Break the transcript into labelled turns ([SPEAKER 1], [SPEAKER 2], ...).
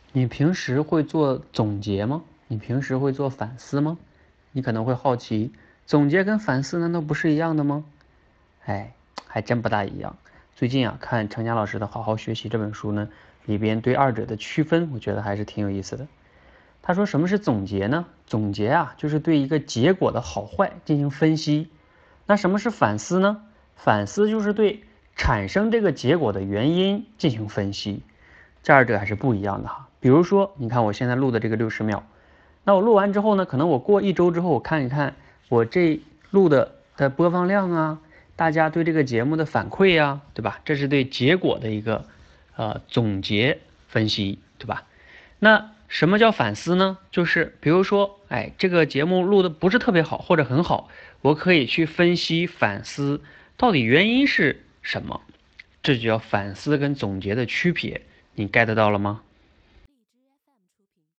[SPEAKER 1] 你平时会做总结吗？你平时会做反思吗？你可能会好奇，总结跟反思难道不是一样的吗？哎，还真不大一样。最近啊，看程佳老师的《好好学习》这本书呢，里边对二者的区分，我觉得还是挺有意思的。他说什么是总结呢？总结啊，就是对一个结果的好坏进行分析。那什么是反思呢？反思就是对产生这个结果的原因进行分析。这二者还是不一样的哈。比如说，你看我现在录的这个60秒，那我录完之后呢，可能我过1周之后，我看一看我这录的播放量啊，大家对这个节目的反馈呀，对吧？这是对结果的一个总结分析，对吧？那什么叫反思呢？就是比如说，哎，这个节目录的不是特别好，或者很好，我可以去分析反思到底原因是什么，这就叫反思跟总结的区别，你 get 到了吗？